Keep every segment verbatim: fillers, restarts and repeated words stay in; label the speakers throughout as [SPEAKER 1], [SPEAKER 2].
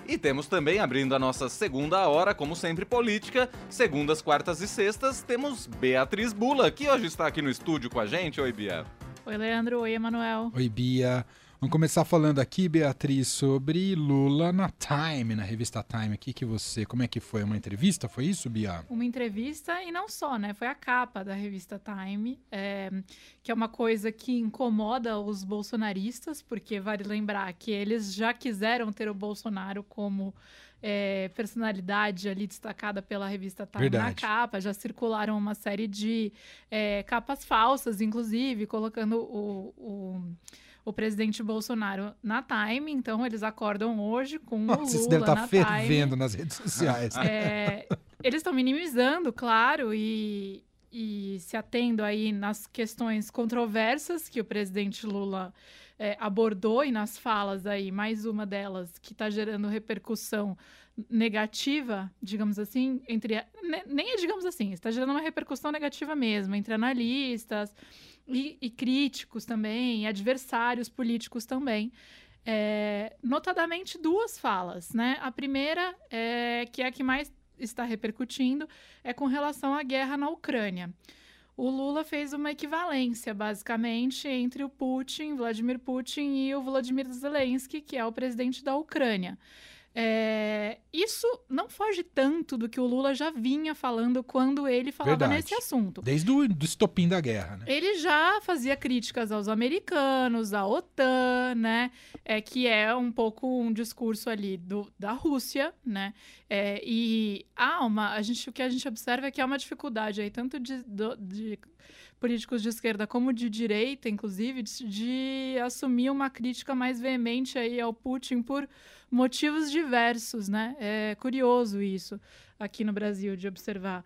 [SPEAKER 1] E temos também, abrindo a nossa segunda hora, como sempre, política, segundas, quartas e sextas, temos Beatriz Bula, que hoje está aqui no estúdio com a gente. Oi, Bia.
[SPEAKER 2] Oi, Leandro. Oi, Emanuel.
[SPEAKER 3] Oi, Bia. Vamos começar falando aqui, Beatriz, sobre Lula na Time, na revista Time. Aqui que você, como é que foi? Uma entrevista? Foi isso, Bia?
[SPEAKER 2] Uma entrevista e não só, né? Foi a capa da revista Time, é, que é uma coisa que incomoda os bolsonaristas, porque vale lembrar que eles já quiseram ter o Bolsonaro como é, personalidade ali destacada pela revista Time
[SPEAKER 3] Verdade.
[SPEAKER 2] Na capa. Já circularam uma série de é, capas falsas, inclusive, colocando o... o o presidente Bolsonaro na Time, então eles acordam hoje com
[SPEAKER 3] Nossa,
[SPEAKER 2] o Lula
[SPEAKER 3] isso deve estar
[SPEAKER 2] na
[SPEAKER 3] fervendo
[SPEAKER 2] Time.
[SPEAKER 3] nas redes sociais.
[SPEAKER 2] É, eles estão minimizando, claro, e, e se atendo aí nas questões controversas que o presidente Lula é, abordou e nas falas aí, mais uma delas que está gerando repercussão negativa, digamos assim, entre nem é digamos assim, está gerando uma repercussão negativa mesmo entre analistas e, e críticos também, e adversários políticos também. É, notadamente duas falas, né? A primeira, é, que é a que mais está repercutindo, é com relação à guerra na Ucrânia. O Lula fez uma equivalência, basicamente, entre o Putin, Vladimir Putin, e o Volodymyr Zelensky, que é o presidente da Ucrânia. É, isso não foge tanto do que o Lula já vinha falando quando ele falava
[SPEAKER 3] Verdade.
[SPEAKER 2] Nesse assunto.
[SPEAKER 3] Desde o do estopim da guerra, né?
[SPEAKER 2] Ele já fazia críticas aos americanos, à OTAN, né? É, que é um pouco um discurso ali do, da Rússia, né? É, e há uma, a gente, o que a gente observa é que há uma dificuldade aí, tanto de, de, de políticos de esquerda como de direita, inclusive, de, de assumir uma crítica mais veemente aí ao Putin por motivos diversos, né? É curioso isso aqui no Brasil de observar.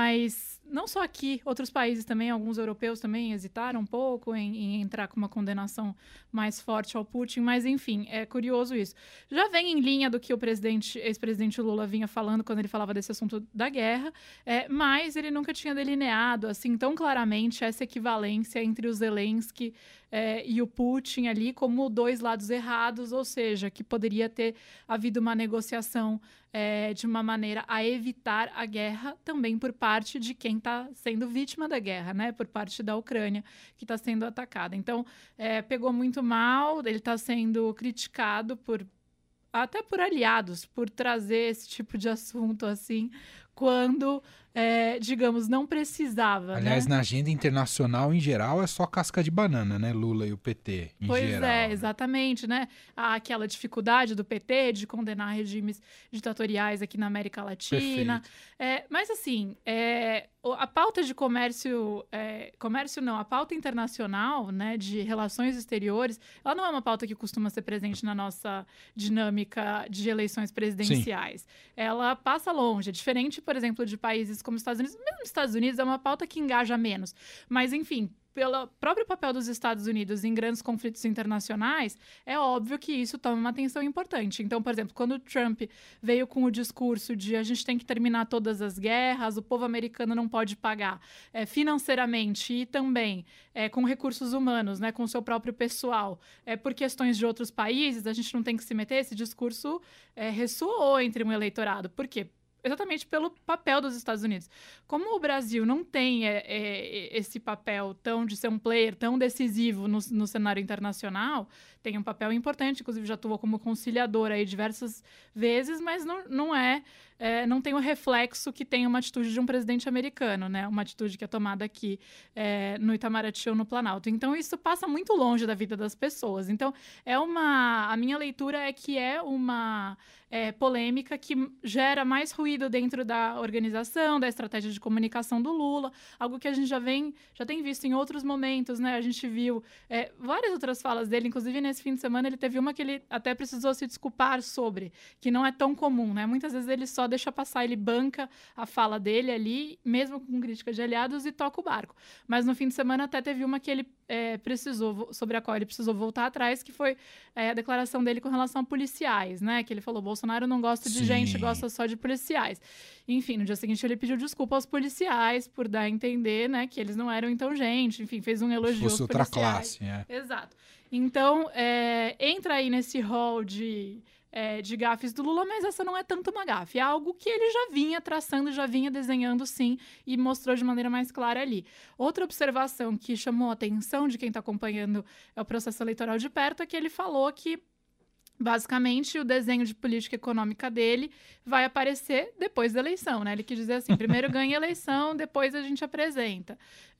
[SPEAKER 2] Mas não só aqui, outros países também, alguns europeus também hesitaram um pouco em, em entrar com uma condenação mais forte ao Putin, mas enfim, é curioso isso. Já vem em linha do que o presidente, ex-presidente Lula vinha falando quando ele falava desse assunto da guerra, é, mas ele nunca tinha delineado assim tão claramente essa equivalência entre o Zelensky é, e o Putin ali como dois lados errados, ou seja, que poderia ter havido uma negociação é, de uma maneira a evitar a guerra também por parte de quem está sendo vítima da guerra, né? Por parte da Ucrânia, que está sendo atacada. Então, é, pegou muito mal, ele está sendo criticado por até por aliados, por trazer esse tipo de assunto assim, quando, é, digamos, não precisava.
[SPEAKER 3] Aliás,
[SPEAKER 2] né?
[SPEAKER 3] na agenda internacional, em geral, é só casca de banana, né? Lula e o P T, em
[SPEAKER 2] pois
[SPEAKER 3] geral.
[SPEAKER 2] é,
[SPEAKER 3] né?
[SPEAKER 2] exatamente, né? Há aquela dificuldade do P T de condenar regimes ditatoriais aqui na América Latina. É, mas, assim, é, a pauta de comércio... É, comércio não, a pauta internacional, né, de relações exteriores, ela não é uma pauta que costuma ser presente na nossa dinâmica de eleições presidenciais. Sim. Ela passa longe, é diferente, por exemplo, de países como os Estados Unidos. Mesmo os Estados Unidos é uma pauta que engaja menos. Mas, enfim, pelo próprio papel dos Estados Unidos em grandes conflitos internacionais, é óbvio que isso toma uma atenção importante. Então, por exemplo, quando o Trump veio com o discurso de a gente tem que terminar todas as guerras, o povo americano não pode pagar é, financeiramente e também é, com recursos humanos, né, com o seu próprio pessoal, é, por questões de outros países, a gente não tem que se meter, esse discurso é, ressoou entre um eleitorado. Por quê? Exatamente pelo papel dos Estados Unidos. Como o Brasil não tem é, é, esse papel tão de ser um player tão decisivo no, no cenário internacional, tem um papel importante, inclusive já atuou como conciliador aí diversas vezes, mas não, não é, é não tem o reflexo que tem uma atitude de um presidente americano, né? Uma atitude que é tomada aqui é, no Itamaraty ou no Planalto. Então, isso passa muito longe da vida das pessoas. Então, é uma... A minha leitura é que é uma é, polêmica que gera mais ruído dentro da organização, da estratégia de comunicação do Lula, algo que a gente já vem, já tem visto em outros momentos, né? A gente viu é, várias outras falas dele, inclusive nesse fim de semana ele teve uma que ele até precisou se desculpar sobre, que não é tão comum, né? Muitas vezes ele só deixa passar, ele banca a fala dele ali, mesmo com crítica de aliados, e toca o barco. Mas no fim de semana até teve uma que ele é, precisou, sobre a qual ele precisou voltar atrás, que foi é, a declaração dele com relação a policiais, né? Que ele falou, Bolsonaro não gosta de
[SPEAKER 3] Sim.
[SPEAKER 2] gente, gosta só de policiais. Enfim, no dia seguinte ele pediu desculpa aos policiais por dar a entender, né, que eles não eram então gente. Enfim, fez um elogio aos
[SPEAKER 3] policiais. Outra
[SPEAKER 2] policiais.
[SPEAKER 3] classe, é.
[SPEAKER 2] Exato. Então, é, entra aí nesse rol de é, de gafes do Lula, mas essa não é tanto uma gafe. É algo que ele já vinha traçando, já vinha desenhando, sim, e mostrou de maneira mais clara ali. Outra observação que chamou a atenção de quem está acompanhando o processo eleitoral de perto é que ele falou que basicamente, o desenho de política econômica dele vai aparecer depois da eleição, né? Ele quis dizer assim, primeiro ganha a eleição, depois a gente apresenta.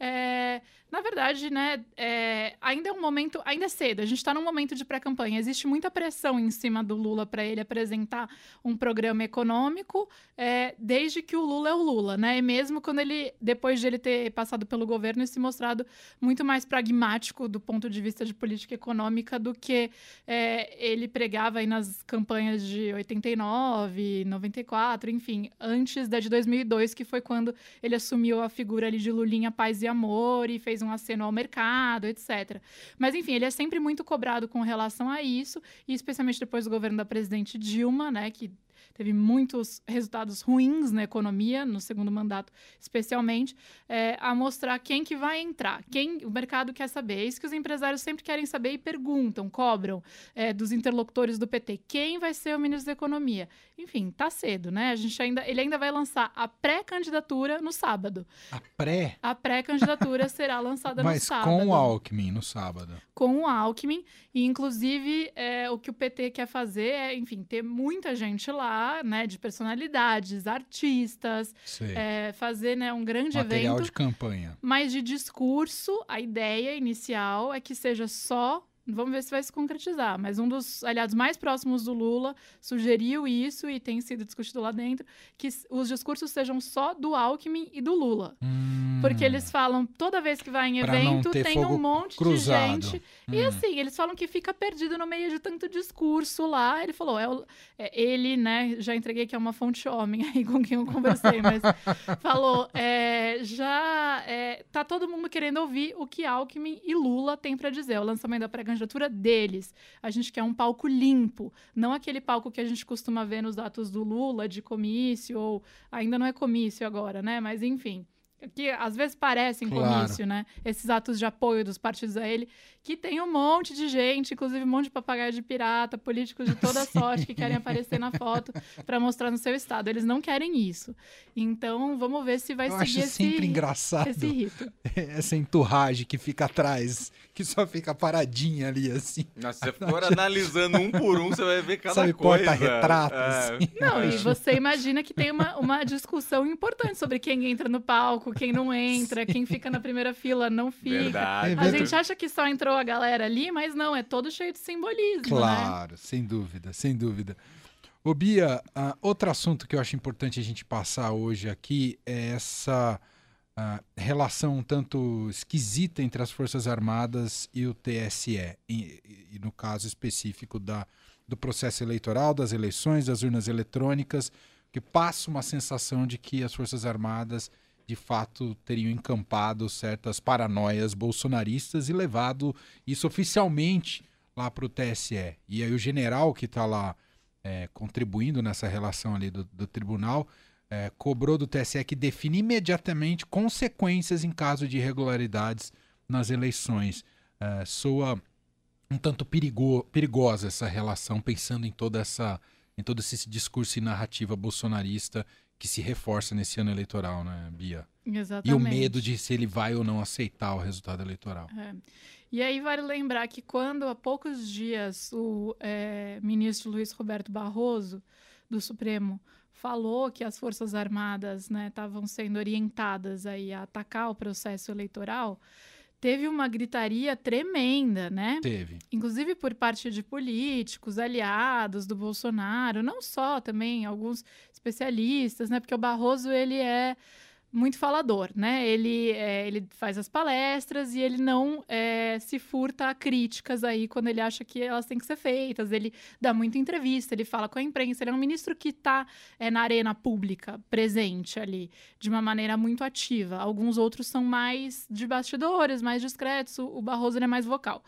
[SPEAKER 2] É, na verdade, né, é, ainda é um momento, ainda é cedo, a gente está num momento de pré-campanha, existe muita pressão em cima do Lula para ele apresentar um programa econômico, é, desde que o Lula é o Lula, né? E mesmo quando ele, depois de ele ter passado pelo governo e se mostrado muito mais pragmático do ponto de vista de política econômica do que é, ele pregava aí nas campanhas de oitenta e nove, noventa e quatro, enfim, antes da de dois mil e dois, que foi quando ele assumiu a figura ali de Lulinha Paz e Amor e fez um aceno ao mercado, etcétera. Mas, enfim, ele é sempre muito cobrado com relação a isso, e especialmente depois do governo da presidente Dilma, né, que teve muitos resultados ruins na economia, no segundo mandato especialmente, é, a mostrar quem que vai entrar, quem o mercado quer saber. É isso que os empresários sempre querem saber e perguntam, cobram é, dos interlocutores do P T. Quem vai ser o ministro da Economia? Enfim, tá cedo, né? A gente ainda, ele ainda vai lançar a pré-candidatura no sábado.
[SPEAKER 3] A pré?
[SPEAKER 2] A pré-candidatura será lançada no sábado.
[SPEAKER 3] Mas com o Alckmin no sábado.
[SPEAKER 2] Com o Alckmin. E, inclusive, é, o que o P T quer fazer é, enfim, ter muita gente lá, né, de personalidades, artistas, é, fazer, né, um grande
[SPEAKER 3] Material
[SPEAKER 2] evento.
[SPEAKER 3] Material de campanha.
[SPEAKER 2] Mas de discurso, a ideia inicial é que seja só... Vamos ver se vai se concretizar. Mas um dos aliados mais próximos do Lula sugeriu isso, e tem sido discutido lá dentro, que os discursos sejam só do Alckmin e do Lula.
[SPEAKER 3] Hum,
[SPEAKER 2] Porque eles falam, toda vez que vai em evento, tem um monte
[SPEAKER 3] cruzado.
[SPEAKER 2] de gente.
[SPEAKER 3] Hum.
[SPEAKER 2] E assim, eles falam que fica perdido no meio de tanto discurso lá. Ele falou, é, o, é ele, né, já entreguei que é uma fonte homem aí com quem eu conversei, mas falou, é, já é, tá todo mundo querendo ouvir o que Alckmin e Lula têm para dizer. O lançamento da pré-candidatura deles. A gente quer um palco limpo, não aquele palco que a gente costuma ver nos atos do Lula, de comício, ou ainda não é comício agora, né? Mas enfim, que às vezes parecem
[SPEAKER 3] claro.
[SPEAKER 2] comício, né? Esses atos de apoio dos partidos a ele, que tem um monte de gente, inclusive um monte de papagaio de pirata, políticos de toda sorte que querem aparecer na foto para mostrar no seu estado. Eles não querem isso. Então, vamos ver se vai
[SPEAKER 3] Eu
[SPEAKER 2] seguir
[SPEAKER 3] acho sempre
[SPEAKER 2] esse,
[SPEAKER 3] engraçado
[SPEAKER 2] esse rito.
[SPEAKER 3] Essa enturragem que fica atrás, que só fica paradinha ali, assim.
[SPEAKER 1] Nossa, se você for analisando um por um, você vai ver cada
[SPEAKER 3] Sabe,
[SPEAKER 1] coisa.
[SPEAKER 3] porta-retratos.
[SPEAKER 1] É.
[SPEAKER 3] Assim.
[SPEAKER 2] Não, e você imagina que tem uma, uma discussão importante sobre quem entra no palco, quem não entra, Sim. quem fica na primeira fila não fica.
[SPEAKER 1] Verdade.
[SPEAKER 2] A gente acha que só entrou a galera ali, mas não, é todo cheio de simbolismo,
[SPEAKER 3] Claro,
[SPEAKER 2] né?
[SPEAKER 3] sem dúvida, sem dúvida. Ô Bia, uh, outro assunto que eu acho importante a gente passar hoje aqui é essa uh, relação um tanto esquisita entre as Forças Armadas e o T S E, e, e no caso específico da, do processo eleitoral, das eleições, das urnas eletrônicas, que passa uma sensação de que as Forças Armadas de fato teriam encampado certas paranoias bolsonaristas e levado isso oficialmente lá para o T S E. E aí o general que está lá é, contribuindo nessa relação ali do, do tribunal é, cobrou do T S E que define imediatamente consequências em caso de irregularidades nas eleições. É, soa um tanto perigo, perigosa essa relação, pensando em toda essa, em todo esse discurso e narrativa bolsonarista que se reforça nesse ano eleitoral, né, Bia?
[SPEAKER 2] Exatamente.
[SPEAKER 3] E o medo de se ele vai ou não aceitar o resultado eleitoral.
[SPEAKER 2] É. E aí vale lembrar que quando há poucos dias o é, ministro Luiz Roberto Barroso, do Supremo, falou que as Forças Armadas estavam, né, sendo orientadas aí a atacar o processo eleitoral, teve uma gritaria tremenda, né?
[SPEAKER 3] Teve.
[SPEAKER 2] Inclusive por parte de políticos, aliados do Bolsonaro, não só, também alguns especialistas, né? Porque o Barroso, ele é muito falador, né? Ele, é, ele faz as palestras e ele não é, se furta a críticas aí quando ele acha que elas têm que ser feitas. Ele dá muita entrevista, ele fala com a imprensa. Ele é um ministro que está é, na arena pública, presente ali, de uma maneira muito ativa. Alguns outros são mais de bastidores, mais discretos. O Barroso ele é mais vocal.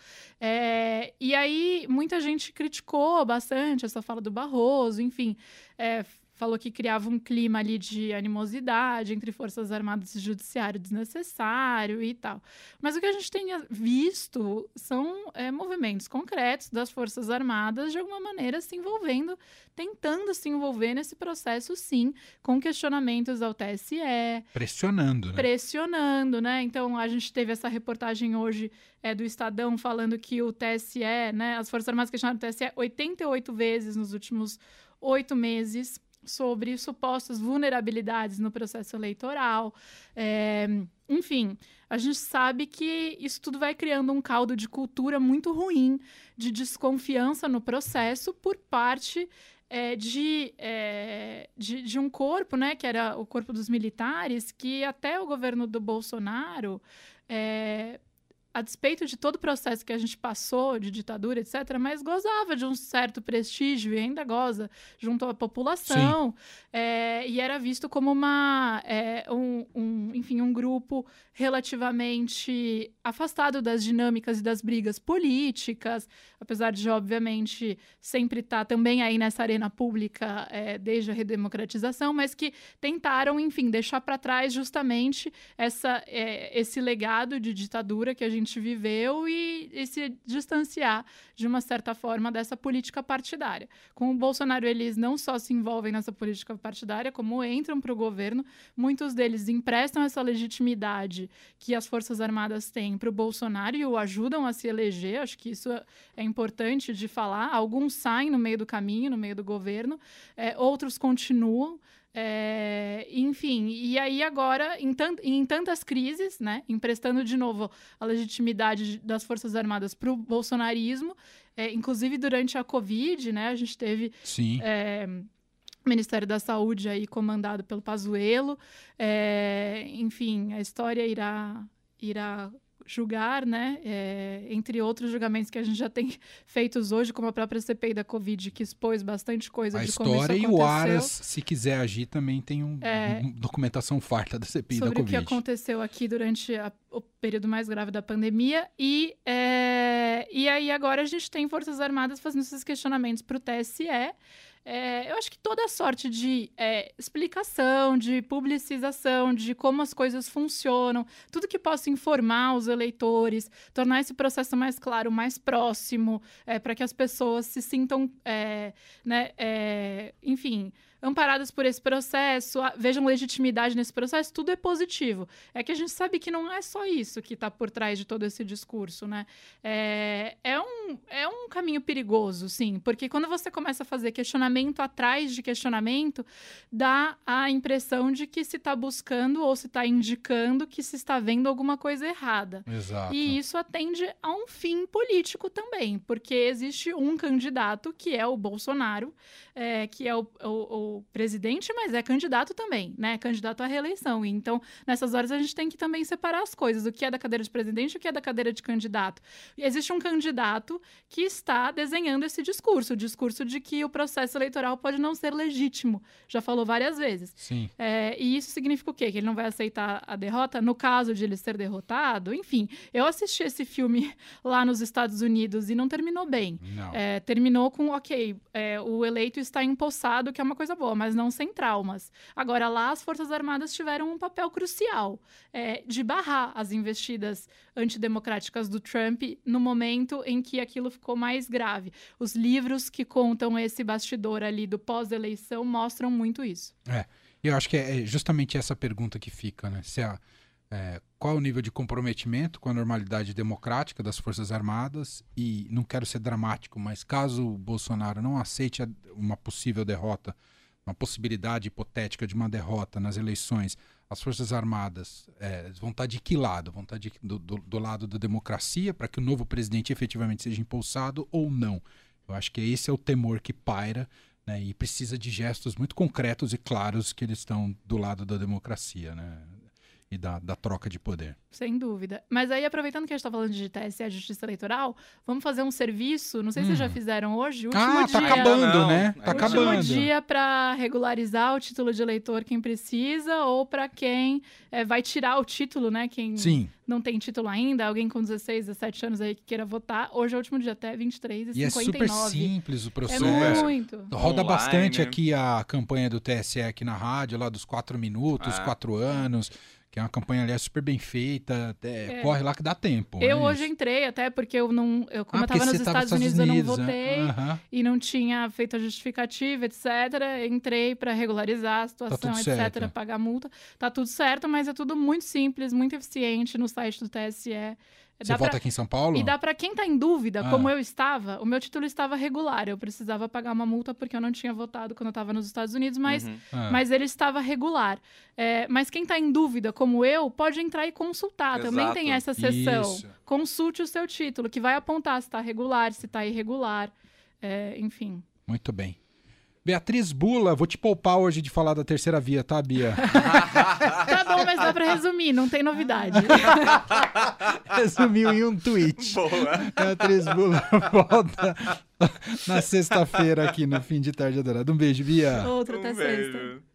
[SPEAKER 2] É, e aí, muita gente criticou bastante essa fala do Barroso, enfim... É, falou que criava um clima ali de animosidade entre Forças Armadas e Judiciário desnecessário e tal. Mas o que a gente tem visto são é, movimentos concretos das Forças Armadas, de alguma maneira, se envolvendo, tentando se envolver nesse processo, sim, com questionamentos ao T S E.
[SPEAKER 3] Pressionando, né?
[SPEAKER 2] Pressionando, né? Então, a gente teve essa reportagem hoje é, do Estadão falando que o T S E, né, as Forças Armadas questionaram o T S E oitenta e oito vezes nos últimos oito meses sobre supostas vulnerabilidades no processo eleitoral. É, enfim, a gente sabe que isso tudo vai criando um caldo de cultura muito ruim, de desconfiança no processo por parte é, de, é, de, de um corpo, né, que era o corpo dos militares, que até o governo do Bolsonaro... É, a despeito de todo o processo que a gente passou, de ditadura, etcétera, mas gozava de um certo prestígio e ainda goza junto à população, é, e era visto como uma, é, um, um, enfim, um grupo relativamente afastado das dinâmicas e das brigas políticas, apesar de, obviamente, sempre estar também aí nessa arena pública é, desde a redemocratização, mas que tentaram, enfim, deixar para trás justamente essa, é, esse legado de ditadura que a gente gente viveu e, e se distanciar, de uma certa forma, dessa política partidária. Com o Bolsonaro, eles não só se envolvem nessa política partidária, como entram para o governo. Muitos deles emprestam essa legitimidade que as Forças Armadas têm para o Bolsonaro e o ajudam a se eleger. Acho que isso é importante de falar. Alguns saem no meio do caminho, no meio do governo, é, outros continuam. É, enfim, e aí agora, em, tant, em tantas crises, né, emprestando de novo a legitimidade das Forças Armadas para o bolsonarismo, é, inclusive durante a Covid, né, a gente teve é, o Ministério da Saúde aí comandado pelo Pazuello, é, enfim, a história irá, irá julgar, né, é, entre outros julgamentos que a gente já tem feitos hoje, como a própria C P I da Covid, que expôs bastante coisa
[SPEAKER 3] a
[SPEAKER 2] de como isso
[SPEAKER 3] aconteceu. A
[SPEAKER 2] história e
[SPEAKER 3] o Aras, se quiser agir, também tem um,
[SPEAKER 2] é,
[SPEAKER 3] um documentação farta da C P I da Covid.
[SPEAKER 2] Sobre o que aconteceu aqui durante a, o período mais grave da pandemia. E, é, e aí agora a gente tem Forças Armadas fazendo esses questionamentos para o T S E. É, eu acho que toda sorte de é, explicação, de publicização, de como as coisas funcionam, tudo que possa informar os eleitores, tornar esse processo mais claro, mais próximo, é, para que as pessoas se sintam, é, né, é, enfim, amparadas por esse processo, vejam legitimidade nesse processo, tudo é positivo. É que a gente sabe que não é só isso que está por trás de todo esse discurso, né? É, é, um, é um caminho perigoso, sim, porque quando você começa a fazer questionamento atrás de questionamento, dá a impressão de que se está buscando ou se está indicando que se está vendo alguma coisa errada.
[SPEAKER 3] Exato.
[SPEAKER 2] E isso atende a um fim político também, porque existe um candidato que é o Bolsonaro, é, que é o, o, o presidente, mas é candidato também, né? Candidato à reeleição. Então, nessas horas, a gente tem que também separar as coisas, o que é da cadeira de presidente e o que é da cadeira de candidato. E existe um candidato que está desenhando esse discurso, o discurso de que o processo eleitoral pode não ser legítimo. Já falou várias vezes.
[SPEAKER 3] Sim.
[SPEAKER 2] É, e isso significa o quê? Que ele não vai aceitar a derrota? No caso de ele ser derrotado? Enfim, eu assisti esse filme lá nos Estados Unidos e não terminou bem.
[SPEAKER 3] Não.
[SPEAKER 2] É, terminou com, ok, é, o eleito está empossado, que é uma coisa boa, mas não sem traumas. Agora, lá as Forças Armadas tiveram um papel crucial é, de barrar as investidas antidemocráticas do Trump no momento em que aquilo ficou mais grave. Os livros que contam esse bastidor ali do pós-eleição mostram muito isso.
[SPEAKER 3] É, eu acho que é justamente essa pergunta que fica, né? Se a, é, qual o nível de comprometimento com a normalidade democrática das Forças Armadas? E não quero ser dramático, mas caso o Bolsonaro não aceite a, uma possível derrota, uma possibilidade hipotética de uma derrota nas eleições, as Forças Armadas é, vão estar de que lado? Vão estar de, do, do, do lado da democracia para que o novo presidente efetivamente seja impulsado ou não? Eu acho que esse é o temor que paira, né, e precisa de gestos muito concretos e claros que eles estão do lado da democracia, né? e da, da troca de poder.
[SPEAKER 2] Sem dúvida. Mas aí, aproveitando que a gente tá falando de T S E, Justiça Eleitoral, vamos fazer um serviço, não sei se
[SPEAKER 3] Hum.
[SPEAKER 2] vocês já fizeram hoje, o último
[SPEAKER 3] Ah,
[SPEAKER 2] dia...
[SPEAKER 3] tá acabando,
[SPEAKER 1] Não,
[SPEAKER 3] né?
[SPEAKER 1] é
[SPEAKER 3] Tá
[SPEAKER 1] último
[SPEAKER 2] Último
[SPEAKER 3] acabando.
[SPEAKER 2] dia para regularizar o título de eleitor quem precisa ou para quem é, vai tirar o título, né? Quem
[SPEAKER 3] Sim.
[SPEAKER 2] não tem título ainda, alguém com dezesseis, dezessete anos aí que queira votar. Hoje é o último dia, até vinte e três e
[SPEAKER 3] E é
[SPEAKER 2] cinquenta e nove.
[SPEAKER 3] super simples o
[SPEAKER 2] É
[SPEAKER 3] processo.
[SPEAKER 2] muito.
[SPEAKER 3] Roda
[SPEAKER 1] Online,
[SPEAKER 3] bastante
[SPEAKER 1] né?
[SPEAKER 3] aqui a campanha do T S E aqui na rádio, lá dos quatro minutos,
[SPEAKER 1] Ah.
[SPEAKER 3] quatro anos, que é uma campanha, aliás, super bem feita. É,
[SPEAKER 2] É.
[SPEAKER 3] Corre lá que dá tempo.
[SPEAKER 2] Eu
[SPEAKER 3] né,
[SPEAKER 2] hoje
[SPEAKER 3] isso?
[SPEAKER 2] entrei, até porque eu não. Eu, como
[SPEAKER 3] Ah,
[SPEAKER 2] eu tava
[SPEAKER 3] porque
[SPEAKER 2] nos
[SPEAKER 3] você tava
[SPEAKER 2] Estados Unidos, eu não
[SPEAKER 3] Unidos,
[SPEAKER 2] votei.
[SPEAKER 3] né? Aham.
[SPEAKER 2] E não tinha feito a justificativa, etcétera. Entrei para regularizar a situação,
[SPEAKER 3] tudo
[SPEAKER 2] etcétera,
[SPEAKER 3] certo.
[SPEAKER 2] pagar multa. Tá tudo certo, mas é tudo muito simples, muito eficiente no site do T S E.
[SPEAKER 3] Você
[SPEAKER 2] Dá
[SPEAKER 3] vota
[SPEAKER 2] pra-
[SPEAKER 3] aqui em São Paulo?
[SPEAKER 2] E dá pra quem tá em dúvida,
[SPEAKER 3] Ah.
[SPEAKER 2] como eu estava, o meu título estava regular. Eu precisava pagar uma multa porque eu não tinha votado quando eu estava nos Estados Unidos, mas,
[SPEAKER 1] Uhum.
[SPEAKER 3] Ah.
[SPEAKER 2] mas ele estava regular. É, mas quem tá em dúvida, como eu, pode entrar e consultar. Também
[SPEAKER 1] Exato.
[SPEAKER 2] tem essa seção.
[SPEAKER 3] Isso.
[SPEAKER 2] Consulte o seu título, que vai apontar se está regular, se está irregular, é, enfim.
[SPEAKER 3] Muito bem. Beatriz Bula, vou te poupar hoje de falar da terceira via, tá, Bia?
[SPEAKER 2] Tá bom, mas dá pra resumir, não tem novidade.
[SPEAKER 3] Resumiu em um tweet.
[SPEAKER 1] Boa.
[SPEAKER 3] Beatriz Bula volta na sexta-feira aqui no Fim de Tarde Adorado. Um beijo, Bia.
[SPEAKER 2] Outra
[SPEAKER 1] Um
[SPEAKER 2] até
[SPEAKER 1] beijo.
[SPEAKER 2] sexta.